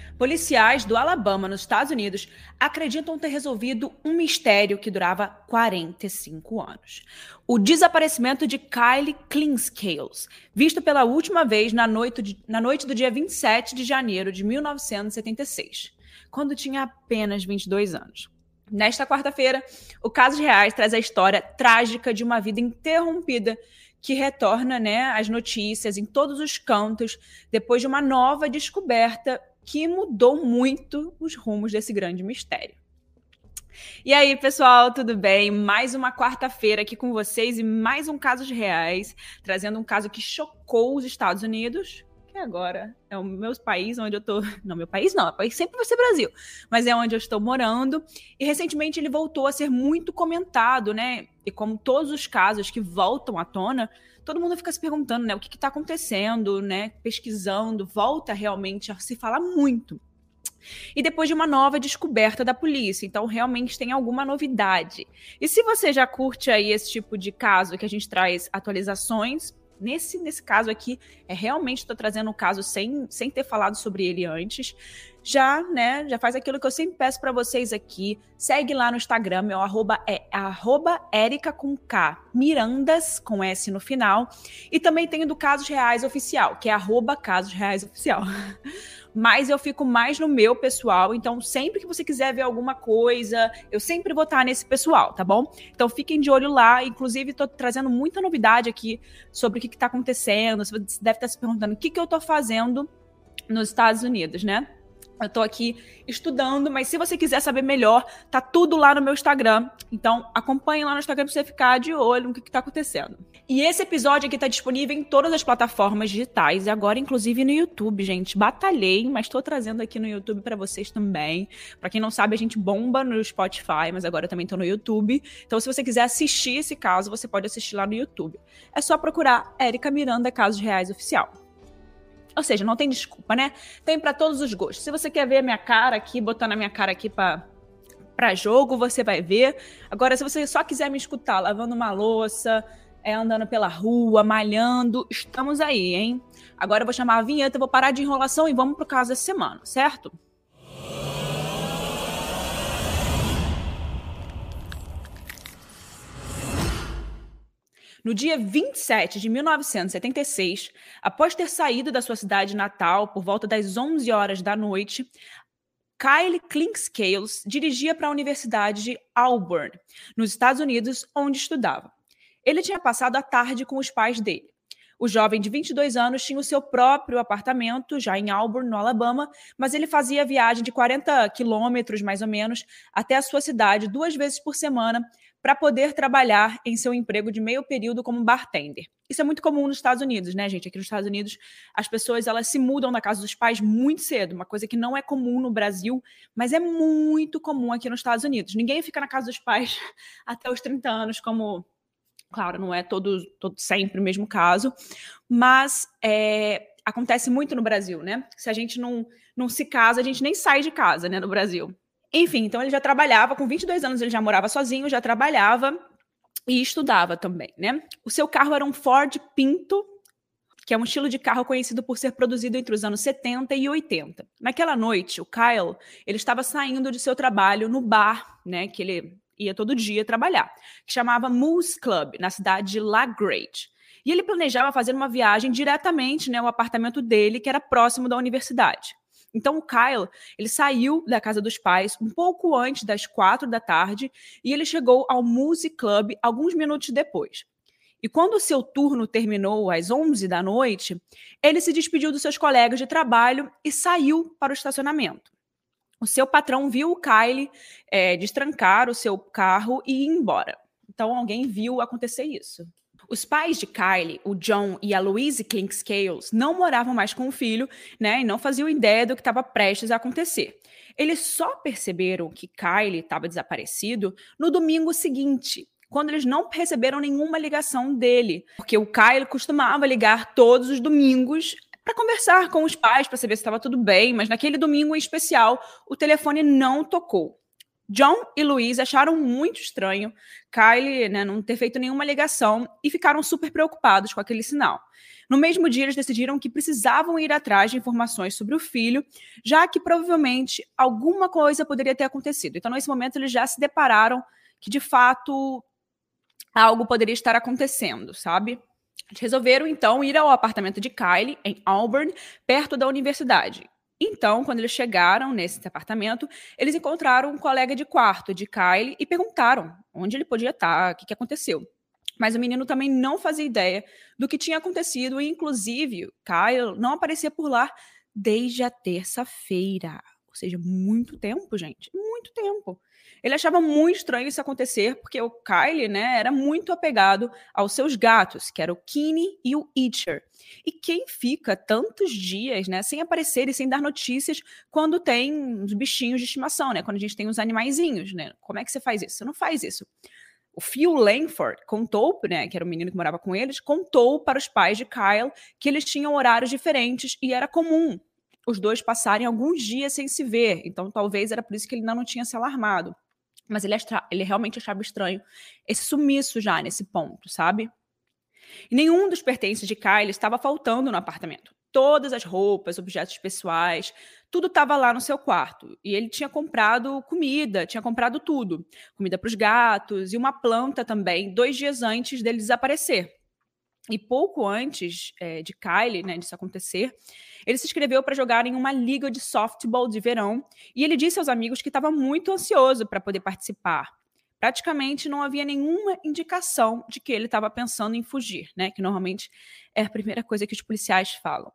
Policiais do Alabama, nos Estados Unidos, acreditam ter resolvido um mistério que durava 45 anos. O desaparecimento de Kylie Clinkscales, visto pela última vez na noite do dia 27 de janeiro de 1976, quando tinha apenas 22 anos. Nesta quarta-feira, o Casos Reais traz a história trágica de uma vida interrompida que retorna, às notícias em todos os cantos depois de uma nova descoberta que mudou muito os rumos desse grande mistério. E aí, pessoal, tudo bem? Mais uma quarta-feira aqui com vocês e mais um Casos Reais, trazendo um caso que chocou os Estados Unidos, que agora é o meu país onde eu tô... Não, meu país não, o país sempre vai ser Brasil, mas é onde eu estou morando. E recentemente ele voltou a ser muito comentado, E como todos os casos que voltam à tona, todo mundo fica se perguntando, o que está acontecendo, Pesquisando, volta realmente a se falar muito. E depois de uma nova descoberta da polícia, então realmente tem alguma novidade. E se você já curte aí esse tipo de caso que a gente traz atualizações, nesse caso aqui, realmente estou trazendo um caso sem ter falado sobre ele antes. Já faz aquilo que eu sempre peço para vocês aqui. Segue lá no Instagram, é o @Erica com K, Mirandas com S no final. E também tem do Casos Reais Oficial, que é @Casos Reais Oficial. Mas eu fico mais no meu pessoal, então sempre que você quiser ver alguma coisa, eu sempre vou estar nesse pessoal, tá bom? Então fiquem de olho lá, inclusive tô trazendo muita novidade aqui sobre o que tá acontecendo, você deve estar se perguntando o que eu tô fazendo nos Estados Unidos, Eu tô aqui estudando, mas se você quiser saber melhor, tá tudo lá no meu Instagram. Então, acompanhe lá no Instagram pra você ficar de olho no que tá acontecendo. E esse episódio aqui tá disponível em todas as plataformas digitais e agora, inclusive, no YouTube, gente. Batalhei, mas tô trazendo aqui no YouTube pra vocês também. Pra quem não sabe, a gente bomba no Spotify, mas agora eu também tô no YouTube. Então, se você quiser assistir esse caso, você pode assistir lá no YouTube. É só procurar Erica Miranda Casos Reais Oficial. Ou seja, não tem desculpa, Tem pra todos os gostos. Se você quer ver a minha cara aqui, botando a minha cara aqui pra jogo, você vai ver. Agora, se você só quiser me escutar lavando uma louça, andando pela rua, malhando, estamos aí, hein? Agora eu vou chamar a vinheta, vou parar de enrolação e vamos pro caso dessa semana, certo? No dia 27 de 1976, após ter saído da sua cidade natal por volta das 11 horas da noite, Kylie Clinkscales dirigia para a Universidade de Auburn, nos Estados Unidos, onde estudava. Ele tinha passado a tarde com os pais dele. O jovem de 22 anos tinha o seu próprio apartamento, já em Auburn, no Alabama, mas ele fazia a viagem de 40 quilômetros, mais ou menos, até a sua cidade 2 vezes por semana, para poder trabalhar em seu emprego de meio período como bartender. Isso é muito comum nos Estados Unidos, gente? Aqui nos Estados Unidos, as pessoas elas se mudam da casa dos pais muito cedo, uma coisa que não é comum no Brasil, mas é muito comum aqui nos Estados Unidos. Ninguém fica na casa dos pais até os 30 anos, como... Claro, não é todo sempre o mesmo caso, mas acontece muito no Brasil, Se a gente não se casa, a gente nem sai de casa, no Brasil. Enfim, então ele já trabalhava, com 22 anos ele já morava sozinho, já trabalhava e estudava também, O seu carro era um Ford Pinto, que é um estilo de carro conhecido por ser produzido entre os anos 70 e 80. Naquela noite, o Kyle, ele estava saindo de seu trabalho no bar, que ele ia todo dia trabalhar, que chamava Moose Club, na cidade de LaGrange. E ele planejava fazer uma viagem diretamente ao apartamento dele, que era próximo da universidade. Então, o Kyle, ele saiu da casa dos pais um pouco antes das 4 da tarde e ele chegou ao Moose Club alguns minutos depois. E quando o seu turno terminou às 11 da noite, ele se despediu dos seus colegas de trabalho e saiu para o estacionamento. O seu patrão viu o Kyle destrancar o seu carro e ir embora. Então, alguém viu acontecer isso. Os pais de Kylie, o John e a Louise Clinkscales, não moravam mais com o filho, e não faziam ideia do que estava prestes a acontecer. Eles só perceberam que Kylie estava desaparecido no domingo seguinte, quando eles não receberam nenhuma ligação dele, porque o Kylie costumava ligar todos os domingos para conversar com os pais, para saber se estava tudo bem, mas naquele domingo em especial, o telefone não tocou. John e Louise acharam muito estranho Kylie, né, não ter feito nenhuma ligação e ficaram super preocupados com aquele sinal. No mesmo dia, eles decidiram que precisavam ir atrás de informações sobre o filho, já que provavelmente alguma coisa poderia ter acontecido. Então, nesse momento, eles já se depararam que, de fato, algo poderia estar acontecendo, sabe? Eles resolveram, então, ir ao apartamento de Kylie, em Auburn, perto da universidade. Então, quando eles chegaram nesse apartamento, eles encontraram um colega de quarto de Kylie e perguntaram onde ele podia estar, o que aconteceu. Mas o menino também não fazia ideia do que tinha acontecido e, inclusive, Kyle não aparecia por lá desde a terça-feira. Ou seja, muito tempo, gente. Muito tempo. Ele achava muito estranho isso acontecer, porque o Kyle, né, era muito apegado aos seus gatos, que era o Kenny e o Itcher. E quem fica tantos dias, né, sem aparecer e sem dar notícias quando tem os bichinhos de estimação, né? Quando a gente tem os animaizinhos, né? Como é que você faz isso? Você não faz isso. O Phil Langford contou, né, que era o menino que morava com eles, contou para os pais de Kyle que eles tinham horários diferentes e era comum os dois passarem alguns dias sem se ver. Então, talvez era por isso que ele ainda não tinha se alarmado. Mas ele realmente achava estranho esse sumiço já nesse ponto, sabe? E nenhum dos pertences de Kyle estava faltando no apartamento. Todas as roupas, objetos pessoais, tudo estava lá no seu quarto. E ele tinha comprado comida, tinha comprado tudo. Comida para os gatos e uma planta também, 2 dias antes dele desaparecer. E pouco antes de Kylie, né, disso acontecer, ele se inscreveu para jogar em uma liga de softball de verão e ele disse aos amigos que estava muito ansioso para poder participar. Praticamente não havia nenhuma indicação de que ele estava pensando em fugir, né, que normalmente é a primeira coisa que os policiais falam.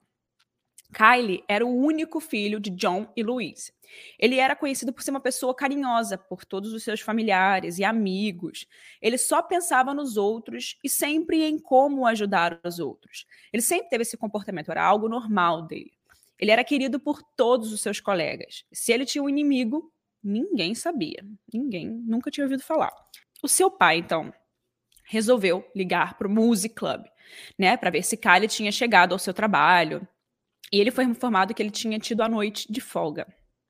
Kylie era o único filho de John e Louise. Ele era conhecido por ser uma pessoa carinhosa por todos os seus familiares e amigos. Ele só pensava nos outros e sempre em como ajudar os outros. Ele sempre teve esse comportamento, era algo normal dele. Ele era querido por todos os seus colegas. Se ele tinha um inimigo, ninguém sabia. Ninguém nunca tinha ouvido falar. O seu pai, então, resolveu ligar para o Music Club, né, para ver se Kylie tinha chegado ao seu trabalho. E ele foi informado que ele tinha tido a noite de folga.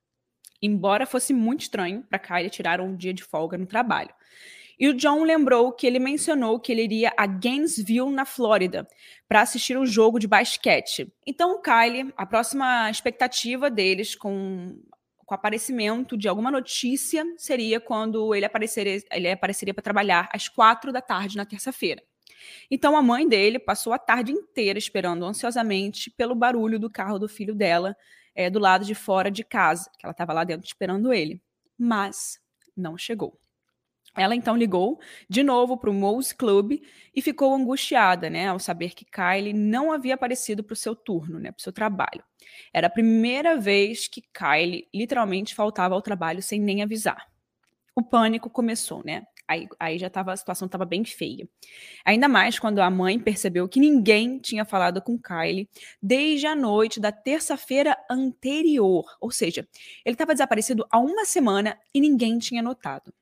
Embora fosse muito estranho para Kylie tirar um dia de folga no trabalho. E o John lembrou que ele mencionou que ele iria a Gainesville, na Flórida, para assistir um jogo de basquete. Então, o Kylie, a próxima expectativa deles com o aparecimento de alguma notícia seria quando ele apareceria para trabalhar às 4 da tarde na terça-feira. Então a mãe dele passou a tarde inteira esperando ansiosamente pelo barulho do carro do filho dela do lado de fora de casa, que ela estava lá dentro esperando ele. Mas não chegou. Ela então ligou de novo para o Moe's Club e ficou angustiada, né, ao saber que Kylie não havia aparecido para o seu turno, né, para o seu trabalho. Era a primeira vez que Kylie literalmente faltava ao trabalho sem nem avisar. O pânico começou, né? Aí já a situação estava bem feia. Ainda mais quando a mãe percebeu que ninguém tinha falado com Kylie desde a noite da terça-feira anterior. Ou seja, ele estava desaparecido há uma semana e ninguém tinha notado.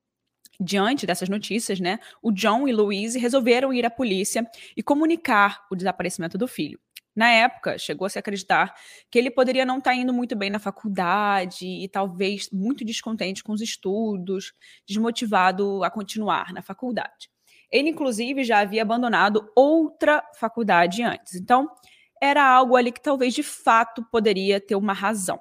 Diante dessas notícias, né, o John e Louise resolveram ir à polícia e comunicar o desaparecimento do filho. Na época, chegou a se acreditar que ele poderia não estar indo muito bem na faculdade e talvez muito descontente com os estudos, desmotivado a continuar na faculdade. Ele, inclusive, já havia abandonado outra faculdade antes. Então, era algo ali que talvez, de fato, poderia ter uma razão.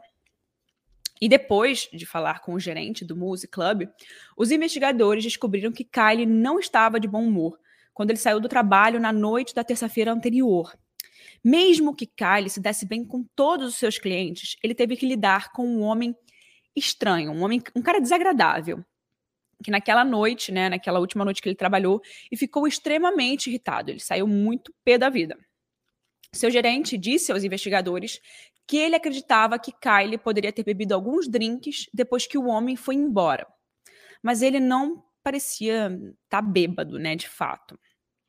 E depois de falar com o gerente do Music Club, os investigadores descobriram que Kylie não estava de bom humor quando ele saiu do trabalho na noite da terça-feira anterior. Mesmo que Kylie se desse bem com todos os seus clientes, ele teve que lidar com um homem estranho, um cara desagradável, que naquela noite, né, naquela última noite que ele trabalhou, e ficou extremamente irritado. Ele saiu muito pé da vida. Seu gerente disse aos investigadores que ele acreditava que Kylie poderia ter bebido alguns drinks depois que o homem foi embora. Mas ele não parecia estar bêbado, né, de fato.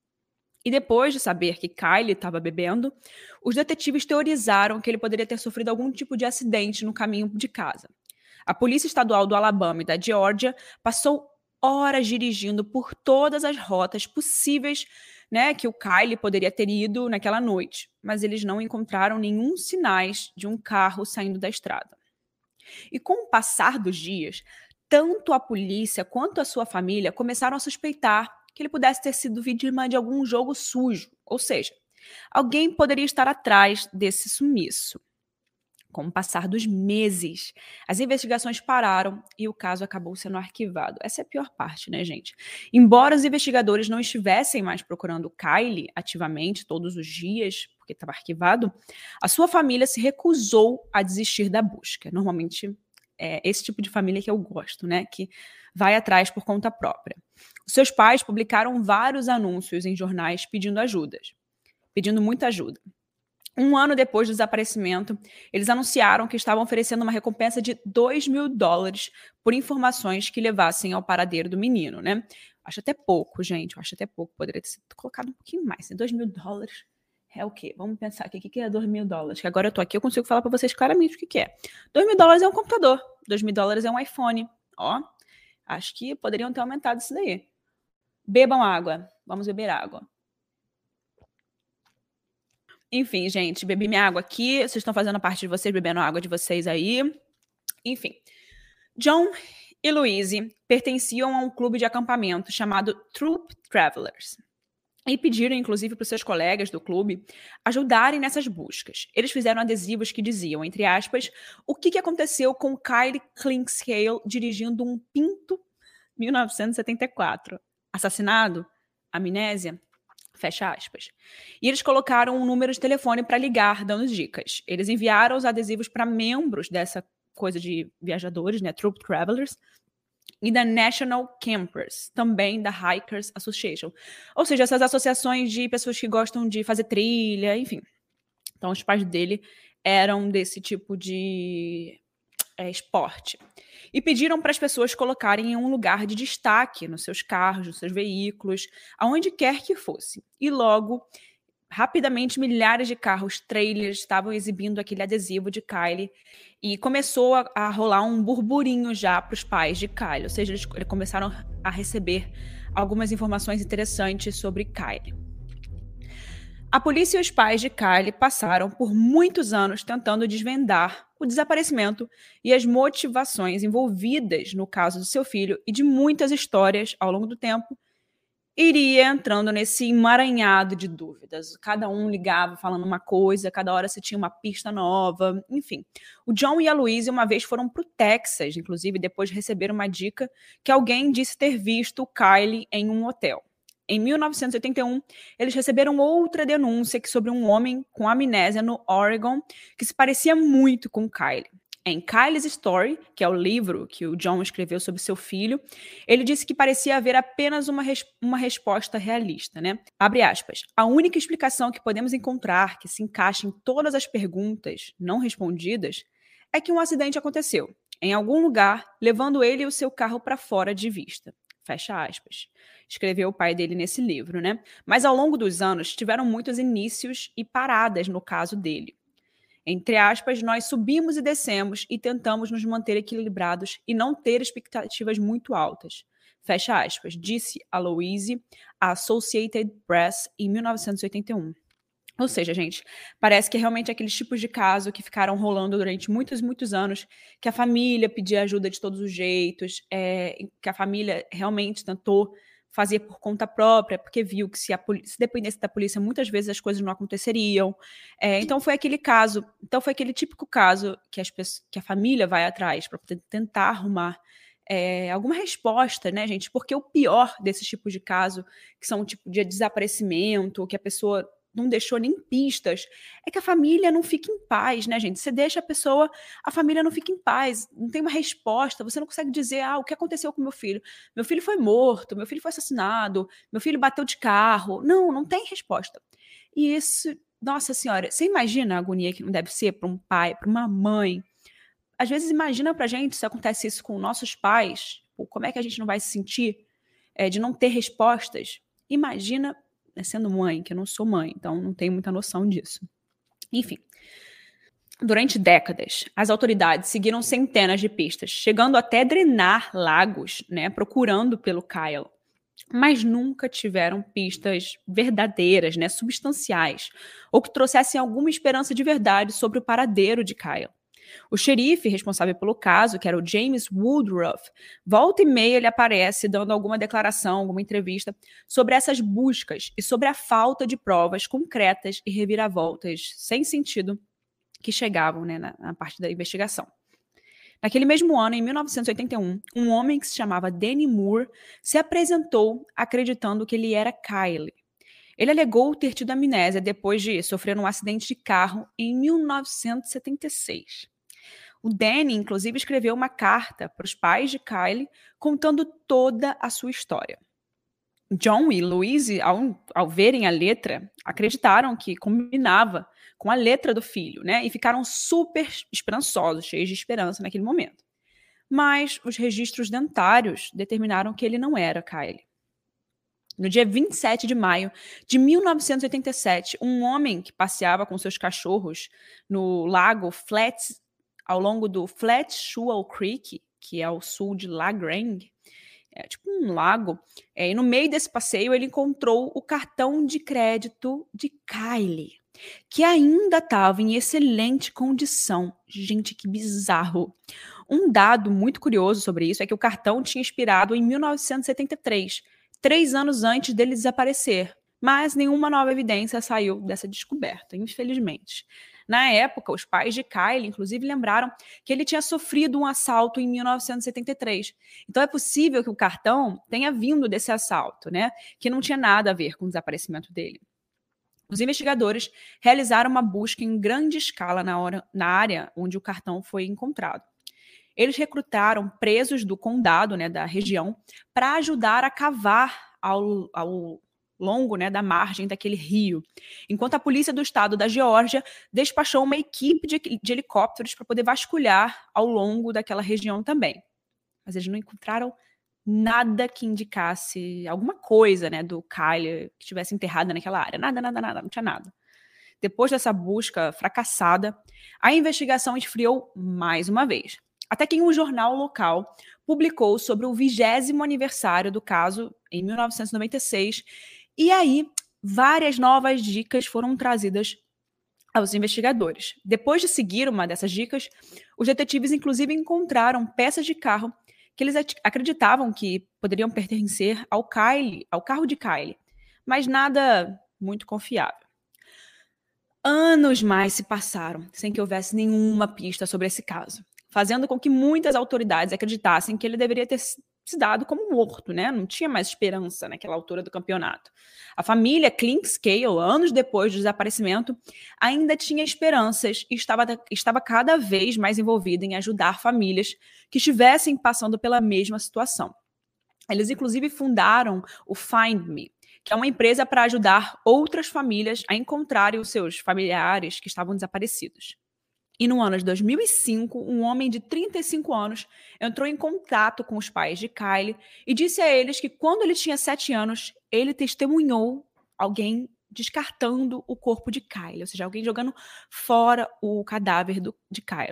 E depois de saber que Kylie estava bebendo, os detetives teorizaram que ele poderia ter sofrido algum tipo de acidente no caminho de casa. A Polícia Estadual do Alabama e da Geórgia passou horas dirigindo por todas as rotas possíveis, né, que o Kylie poderia ter ido naquela noite, mas eles não encontraram nenhum sinais de um carro saindo da estrada. E com o passar dos dias, tanto a polícia quanto a sua família começaram a suspeitar que ele pudesse ter sido vítima de algum jogo sujo, ou seja, alguém poderia estar atrás desse sumiço. Com o passar dos meses, as investigações pararam e o caso acabou sendo arquivado. Essa é a pior parte, né, gente? Embora os investigadores não estivessem mais procurando Kylie ativamente todos os dias, porque estava arquivado, a sua família se recusou a desistir da busca. Normalmente é esse tipo de família que eu gosto, né? Que vai atrás por conta própria. Os seus pais publicaram vários anúncios em jornais pedindo muita ajuda. Um ano depois do desaparecimento, eles anunciaram que estavam oferecendo uma recompensa de $2.000 por informações que levassem ao paradeiro do menino, né? Acho até pouco, gente. Eu acho até pouco. Poderia ter sido colocado um pouquinho mais. $2.000 é o quê? Vamos pensar aqui. O que é $2.000? Que agora eu tô aqui, eu consigo falar pra vocês claramente o que é. $2.000 é um computador. $2.000 é um iPhone. Ó, acho que poderiam ter aumentado isso daí. Bebam água. Vamos beber água. Enfim, gente, bebi minha água aqui. Vocês estão fazendo a parte de vocês, bebendo a água de vocês aí. Enfim. John e Louise pertenciam a um clube de acampamento chamado Troop Travelers. E pediram, inclusive, para os seus colegas do clube ajudarem nessas buscas. Eles fizeram adesivos que diziam, entre aspas, o que aconteceu com Kylie Clinkscale dirigindo um Pinto 1974. Assassinado? Amnésia? Fecha aspas. E eles colocaram um número de telefone para ligar, dando dicas. Eles enviaram os adesivos para membros dessa coisa de viajadores, né, Troop Travelers, e da National Campers, também da Hikers Association. Ou seja, essas associações de pessoas que gostam de fazer trilha, enfim. Então, os pais dele eram desse tipo de esporte. E pediram para as pessoas colocarem em um lugar de destaque nos seus carros, nos seus veículos, aonde quer que fosse. E logo, rapidamente, milhares de carros, trailers, estavam exibindo aquele adesivo de Kylie e começou a rolar um burburinho já para os pais de Kylie. Ou seja, eles começaram a receber algumas informações interessantes sobre Kylie. A polícia e os pais de Kylie passaram por muitos anos tentando desvendar o desaparecimento e as motivações envolvidas no caso do seu filho, e de muitas histórias ao longo do tempo iria entrando nesse emaranhado de dúvidas. Cada um ligava falando uma coisa, cada hora se tinha uma pista nova, enfim. O John e a Louise uma vez foram para o Texas, inclusive depois de receber uma dica que alguém disse ter visto Kylie em um hotel. Em 1981, eles receberam outra denúncia sobre um homem com amnésia no Oregon que se parecia muito com Kylie. Em Kylie's Story, que é o livro que o John escreveu sobre seu filho, ele disse que parecia haver apenas uma resposta realista, né? Abre aspas. A única explicação que podemos encontrar que se encaixa em todas as perguntas não respondidas é que um acidente aconteceu, em algum lugar, levando ele e o seu carro para fora de vista. Fecha aspas. Escreveu o pai dele nesse livro, né? Mas ao longo dos anos, tiveram muitos inícios e paradas no caso dele. Entre aspas, nós subimos e descemos e tentamos nos manter equilibrados e não ter expectativas muito altas. Fecha aspas, disse a Louise à Associated Press em 1981. Ou seja, gente, parece que é realmente aqueles tipos de caso que ficaram rolando durante muitos, muitos anos, que a família pedia ajuda de todos os jeitos, que a família realmente tentou fazer por conta própria, porque viu que se dependesse da polícia, muitas vezes as coisas não aconteceriam. Então foi aquele caso, foi aquele típico caso que a família vai atrás para tentar arrumar alguma resposta, né, gente? Porque o pior desses tipos de caso, que são tipo de desaparecimento, que a pessoa não deixou nem pistas, é que a família não fica em paz, né, gente? Você deixa a família não fica em paz, não tem uma resposta, você não consegue dizer, o que aconteceu com meu filho? Meu filho foi morto, meu filho foi assassinado, meu filho bateu de carro. Não tem resposta. E isso, nossa senhora, você imagina a agonia que não deve ser para um pai, para uma mãe? Às vezes imagina pra gente se acontece isso com nossos pais, como é que a gente não vai se sentir de não ter respostas? Imagina sendo mãe, que eu não sou mãe, então não tenho muita noção disso. Enfim, durante décadas, as autoridades seguiram centenas de pistas, chegando até drenar lagos, né, procurando pelo Kyle. Mas nunca tiveram pistas verdadeiras, né, substanciais, ou que trouxessem alguma esperança de verdade sobre o paradeiro de Kyle. O xerife responsável pelo caso, que era o James Woodruff, volta e meia ele aparece dando alguma declaração, alguma entrevista sobre essas buscas e sobre a falta de provas concretas e reviravoltas sem sentido que chegavam, né, na parte da investigação. Naquele mesmo ano, em 1981, um homem que se chamava Danny Moore se apresentou acreditando que ele era Kyle. Ele alegou ter tido amnésia depois de sofrer um acidente de carro em 1976. O Danny, inclusive, escreveu uma carta para os pais de Kyle contando toda a sua história. John e Louise, ao verem a letra, acreditaram que combinava com a letra do filho, né? E ficaram super esperançosos, cheios de esperança naquele momento. Mas os registros dentários determinaram que ele não era Kyle. No dia 27 de maio de 1987, um homem que passeava com seus cachorros no lago Flats, ao longo do Flatshewell Creek, que é ao sul de La Grange, é tipo um lago, e no meio desse passeio ele encontrou o cartão de crédito de Kylie, que ainda estava em excelente condição. Gente, que bizarro. Um dado muito curioso sobre isso é que o cartão tinha expirado em 1973, 3 anos antes dele desaparecer, mas nenhuma nova evidência saiu dessa descoberta, infelizmente. Na época, os pais de Kyle, inclusive, lembraram que ele tinha sofrido um assalto em 1973. Então é possível que o cartão tenha vindo desse assalto, né? Que não tinha nada a ver com o desaparecimento dele. Os investigadores realizaram uma busca em grande escala na área onde o cartão foi encontrado. Eles recrutaram presos do condado, né, da região, para ajudar a cavar ao longo, né, da margem daquele rio, enquanto a polícia do estado da Geórgia despachou uma equipe de helicópteros para poder vasculhar ao longo daquela região também. Mas eles não encontraram nada que indicasse alguma coisa, né, do Kyle que estivesse enterrada naquela área. Nada, não tinha nada. Depois dessa busca fracassada, a investigação esfriou mais uma vez. Até que um jornal local publicou sobre o 20º aniversário do caso, em 1996, e aí várias novas dicas foram trazidas aos investigadores. Depois de seguir uma dessas dicas, os detetives inclusive encontraram peças de carro que eles acreditavam que poderiam pertencer ao carro de Kyle, mas nada muito confiável. Anos mais se passaram sem que houvesse nenhuma pista sobre esse caso, fazendo com que muitas autoridades acreditassem que ele deveria ter se dado como morto, né? Não tinha mais esperança naquela altura do campeonato. A família Clinkscale, anos depois do desaparecimento, ainda tinha esperanças e estava cada vez mais envolvida em ajudar famílias que estivessem passando pela mesma situação. Eles, inclusive, fundaram o Find Me, que é uma empresa para ajudar outras famílias a encontrarem os seus familiares que estavam desaparecidos. E no ano de 2005, um homem de 35 anos entrou em contato com os pais de Kyle e disse a eles que quando ele tinha 7 anos, ele testemunhou alguém descartando o corpo de Kyle, ou seja, alguém jogando fora o cadáver de Kyle.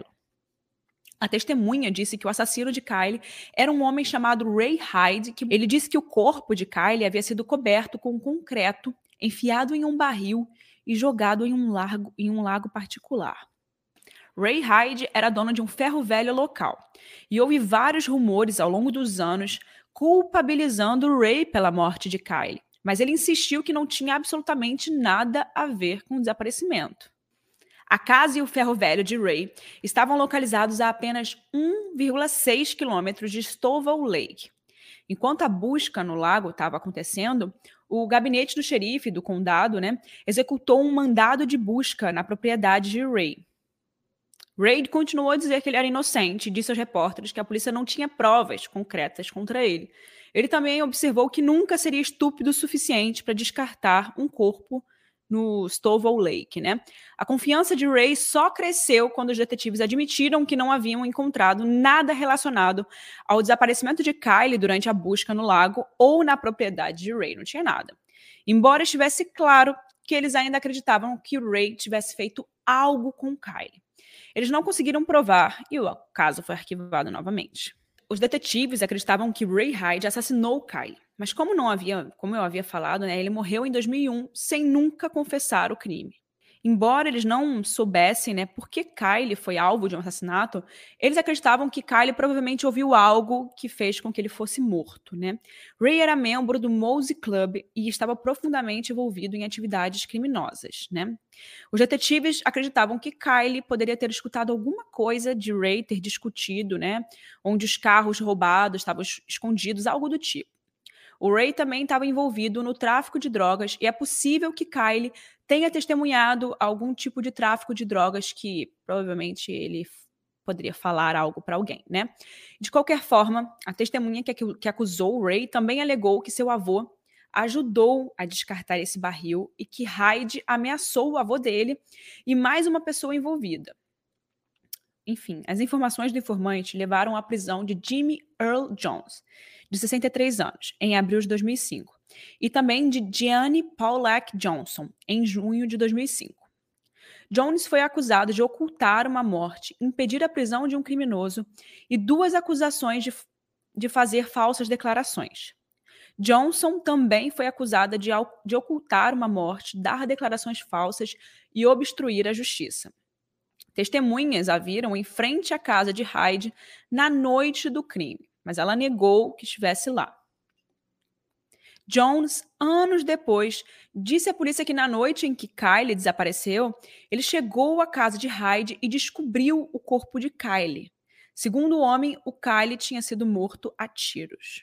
A testemunha disse que o assassino de Kyle era um homem chamado Ray Hyde, que ele disse que o corpo de Kyle havia sido coberto com concreto, enfiado em um barril e jogado em um lago particular. Ray Hyde era dono de um ferro-velho local, e houve vários rumores ao longo dos anos culpabilizando Ray pela morte de Kyle, mas ele insistiu que não tinha absolutamente nada a ver com o desaparecimento. A casa e o ferro-velho de Ray estavam localizados a apenas 1,6 quilômetros de Stovall Lake. Enquanto a busca no lago estava acontecendo, o gabinete do xerife do condado, né, executou um mandado de busca na propriedade de Ray. Ray continuou a dizer que ele era inocente e disse aos repórteres que a polícia não tinha provas concretas contra ele. Ele também observou que nunca seria estúpido o suficiente para descartar um corpo no Stovall Lake, né? A confiança de Ray só cresceu quando os detetives admitiram que não haviam encontrado nada relacionado ao desaparecimento de Kyle durante a busca no lago ou na propriedade de Ray. Não tinha nada. Embora estivesse claro que eles ainda acreditavam que o Ray tivesse feito algo com Kyle. Eles não conseguiram provar e o caso foi arquivado novamente. Os detetives acreditavam que Ray Hyde assassinou Kyle, mas como eu havia falado, né, ele morreu em 2001 sem nunca confessar o crime. Embora eles não soubessem, né, por que Kylie foi alvo de um assassinato, eles acreditavam que Kylie provavelmente ouviu algo que fez com que ele fosse morto, né? Ray era membro do Mose Club e estava profundamente envolvido em atividades criminosas, né? Os detetives acreditavam que Kylie poderia ter escutado alguma coisa de Ray ter discutido, né, onde os carros roubados estavam escondidos, algo do tipo. O Ray também estava envolvido no tráfico de drogas e é possível que Kylie tenha testemunhado algum tipo de tráfico de drogas que provavelmente ele poderia falar algo para alguém, né? De qualquer forma, a testemunha que acusou o Ray também alegou que seu avô ajudou a descartar esse barril e que Hyde ameaçou o avô dele e mais uma pessoa envolvida. Enfim, as informações do informante levaram à prisão de Jimmy Earl Jones, de 63 anos, em abril de 2005, e também de Gianni Paulak Johnson, em junho de 2005. Jones foi acusado de ocultar uma morte, impedir a prisão de um criminoso e duas acusações de fazer falsas declarações. Johnson também foi acusada de ocultar uma morte, dar declarações falsas e obstruir a justiça. Testemunhas a viram em frente à casa de Hyde na noite do crime, mas ela negou que estivesse lá. Jones, anos depois, disse à polícia que na noite em que Kylie desapareceu, ele chegou à casa de Hyde e descobriu o corpo de Kylie. Segundo o homem, o Kylie tinha sido morto a tiros.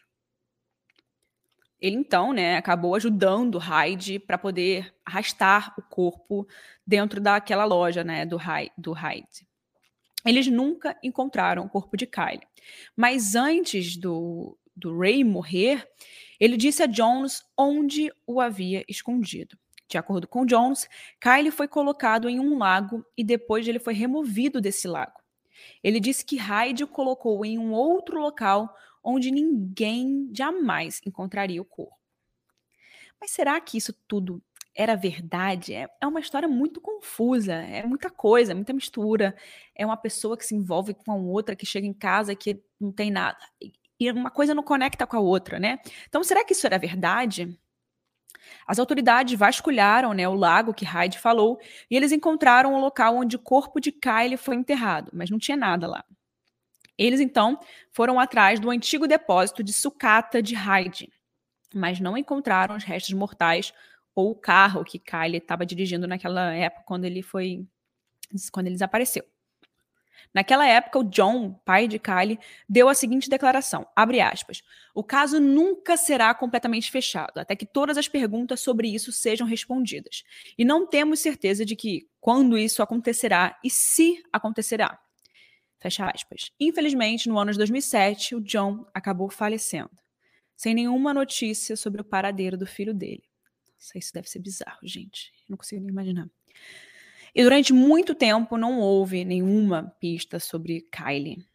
Ele então, né, acabou ajudando Hyde para poder arrastar o corpo dentro daquela loja, né, do Hyde. Eles nunca encontraram o corpo de Kylie. Mas antes do Ray morrer, ele disse a Jones onde o havia escondido. De acordo com Jones, Kylie foi colocado em um lago e depois ele foi removido desse lago. Ele disse que Hyde o colocou em um outro local onde ninguém jamais encontraria o corpo. Mas será que isso tudo era verdade? É uma história muito confusa, é muita coisa, é muita mistura. É uma pessoa que se envolve com a outra, que chega em casa que não tem nada. E uma coisa não conecta com a outra, né? Então, será que isso era verdade? As autoridades vasculharam, né, o lago que Hyde falou e eles encontraram o local onde o corpo de Kylie foi enterrado, mas não tinha nada lá. Eles, então, foram atrás do antigo depósito de sucata de Hyde, mas não encontraram os restos mortais ou o carro que Kylie estava dirigindo naquela época quando ele desapareceu. Naquela época, o John, pai de Kylie, deu a seguinte declaração, abre aspas, o caso nunca será completamente fechado, até que todas as perguntas sobre isso sejam respondidas. E não temos certeza de que quando isso acontecerá e se acontecerá. Fecha aspas. Infelizmente, no ano de 2007, o John acabou falecendo, sem nenhuma notícia sobre o paradeiro do filho dele. Nossa, isso deve ser bizarro, gente. Eu não consigo nem imaginar. E durante muito tempo não houve nenhuma pista sobre Kylie.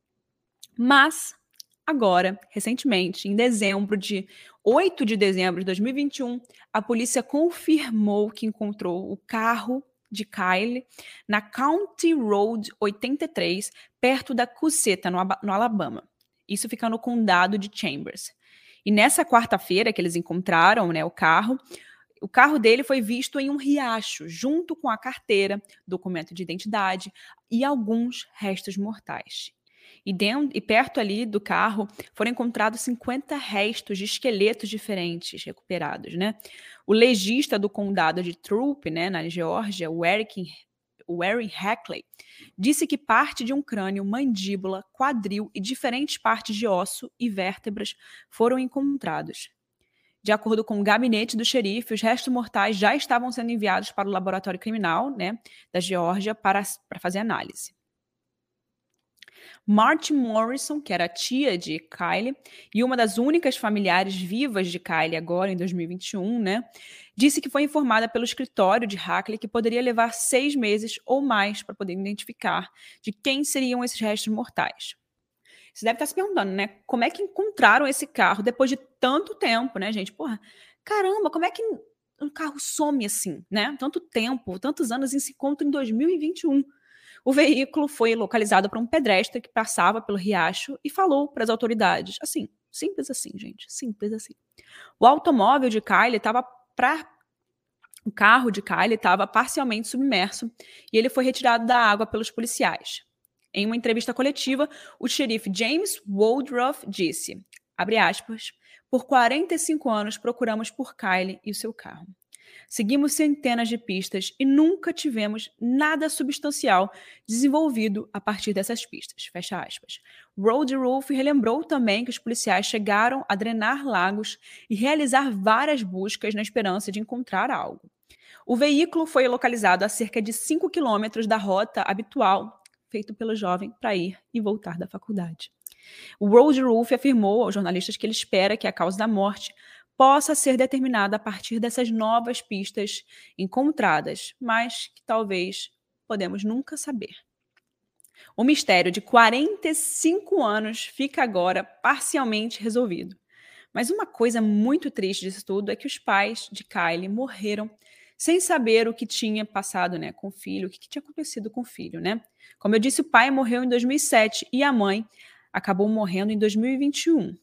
Mas, agora, recentemente, em 8 de dezembro de 2021, a polícia confirmou que encontrou o carro de Kylie na County Road 83, perto da Cusseta, no Alabama. Isso fica no condado de Chambers. E nessa quarta-feira que eles encontraram, né, o carro dele foi visto em um riacho, junto com a carteira, documento de identidade e alguns restos mortais. E perto ali do carro foram encontrados 50 restos de esqueletos diferentes recuperados, né? O legista do condado de Throop, né, na Geórgia, o Erin Hackley, disse que parte de um crânio, mandíbula, quadril e diferentes partes de osso e vértebras foram encontrados. De acordo com o gabinete do xerife, os restos mortais já estavam sendo enviados para o laboratório criminal, né, da Geórgia para fazer análise. Martin Morrison, que era a tia de Kylie e uma das únicas familiares vivas de Kylie agora em 2021, né, disse que foi informada pelo escritório de Hackley que poderia levar 6 meses ou mais para poder identificar de quem seriam esses restos mortais. Você deve estar se perguntando, né? Como é que encontraram esse carro depois de tanto tempo, né, gente? Porra, caramba, como é que um carro some assim, né? Tanto tempo, tantos anos e se encontra em 2021. O veículo foi localizado por um pedestre que passava pelo riacho e falou para as autoridades. Assim, simples assim, gente. Simples assim. O automóvel de Kylie estava O carro de Kylie estava parcialmente submerso e ele foi retirado da água pelos policiais. Em uma entrevista coletiva, o xerife James Woodruff disse, abre aspas, por 45 anos procuramos por Kylie e o seu carro. Seguimos centenas de pistas e nunca tivemos nada substancial desenvolvido a partir dessas pistas. Fecha aspas. Woodruff relembrou também que os policiais chegaram a drenar lagos e realizar várias buscas na esperança de encontrar algo. O veículo foi localizado a cerca de 5 quilômetros da rota habitual feito pelo jovem para ir e voltar da faculdade. O Woodruff afirmou aos jornalistas que ele espera que a causa da morte possa ser determinada a partir dessas novas pistas encontradas, mas que talvez podemos nunca saber. O mistério de 45 anos fica agora parcialmente resolvido. Mas uma coisa muito triste disso tudo é que os pais de Kylie morreram sem saber o que tinha passado, né, com o filho, o que tinha acontecido com o filho, né? Como eu disse, o pai morreu em 2007 e a mãe acabou morrendo em 2021.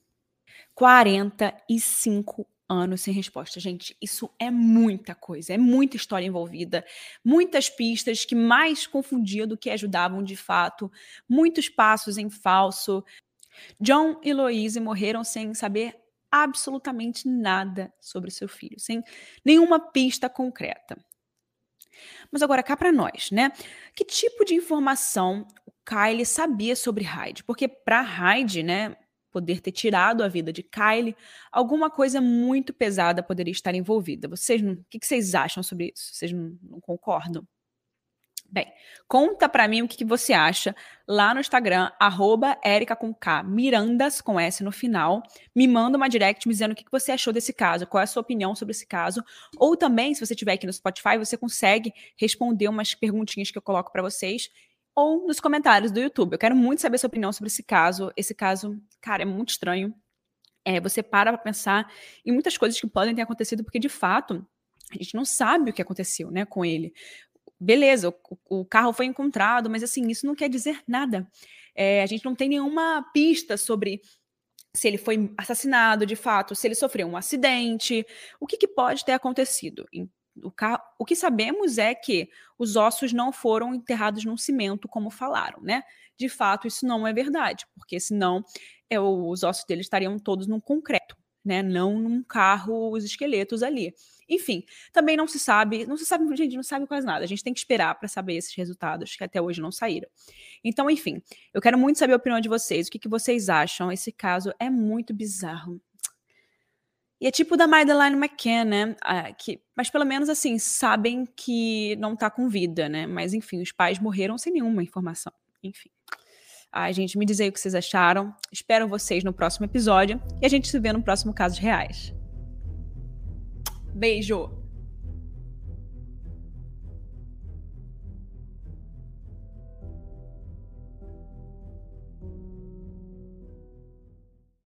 45 anos sem resposta. Gente, isso é muita coisa, é muita história envolvida, muitas pistas que mais confundiam do que ajudavam de fato, muitos passos em falso. John e Louise morreram sem saber absolutamente nada sobre seu filho, sem nenhuma pista concreta. Mas agora cá para nós, né? Que tipo de informação o Kylie sabia sobre Hyde? Porque para Hyde, né, poder ter tirado a vida de Kylie, alguma coisa muito pesada poderia estar envolvida. O que vocês acham sobre isso? Vocês não concordam? Bem, conta pra mim o que você acha lá no Instagram, @erica_mirandas, com S no final. Me manda uma direct me dizendo o que você achou desse caso, qual é a sua opinião sobre esse caso. Ou também, se você estiver aqui no Spotify, você consegue responder umas perguntinhas que eu coloco pra vocês. Ou nos comentários do YouTube. Eu quero muito saber a sua opinião sobre esse caso. Esse caso, cara, é muito estranho. Você para pra pensar em muitas coisas que podem ter acontecido, porque de fato, a gente não sabe o que aconteceu, né, com ele. Beleza, o carro foi encontrado, mas assim, isso não quer dizer nada. A gente não tem nenhuma pista sobre se ele foi assassinado de fato, se ele sofreu um acidente, o que pode ter acontecido. O que sabemos é que os ossos não foram enterrados num cimento, como falaram, né? De fato, isso não é verdade, porque senão os ossos dele estariam todos num concreto, né? Não num carro, os esqueletos ali. Enfim, também não se sabe, gente, não sabe quase nada. A gente tem que esperar para saber esses resultados que até hoje não saíram. Então, enfim, eu quero muito saber a opinião de vocês. O que vocês acham? Esse caso é muito bizarro. E é tipo da Madeleine McCann, né? Mas pelo menos, assim, sabem que não tá com vida, né? Mas, enfim, os pais morreram sem nenhuma informação. Enfim. Ai, gente, me diz aí o que vocês acharam. Espero vocês no próximo episódio. E a gente se vê no próximo Casos Reais. Beijo!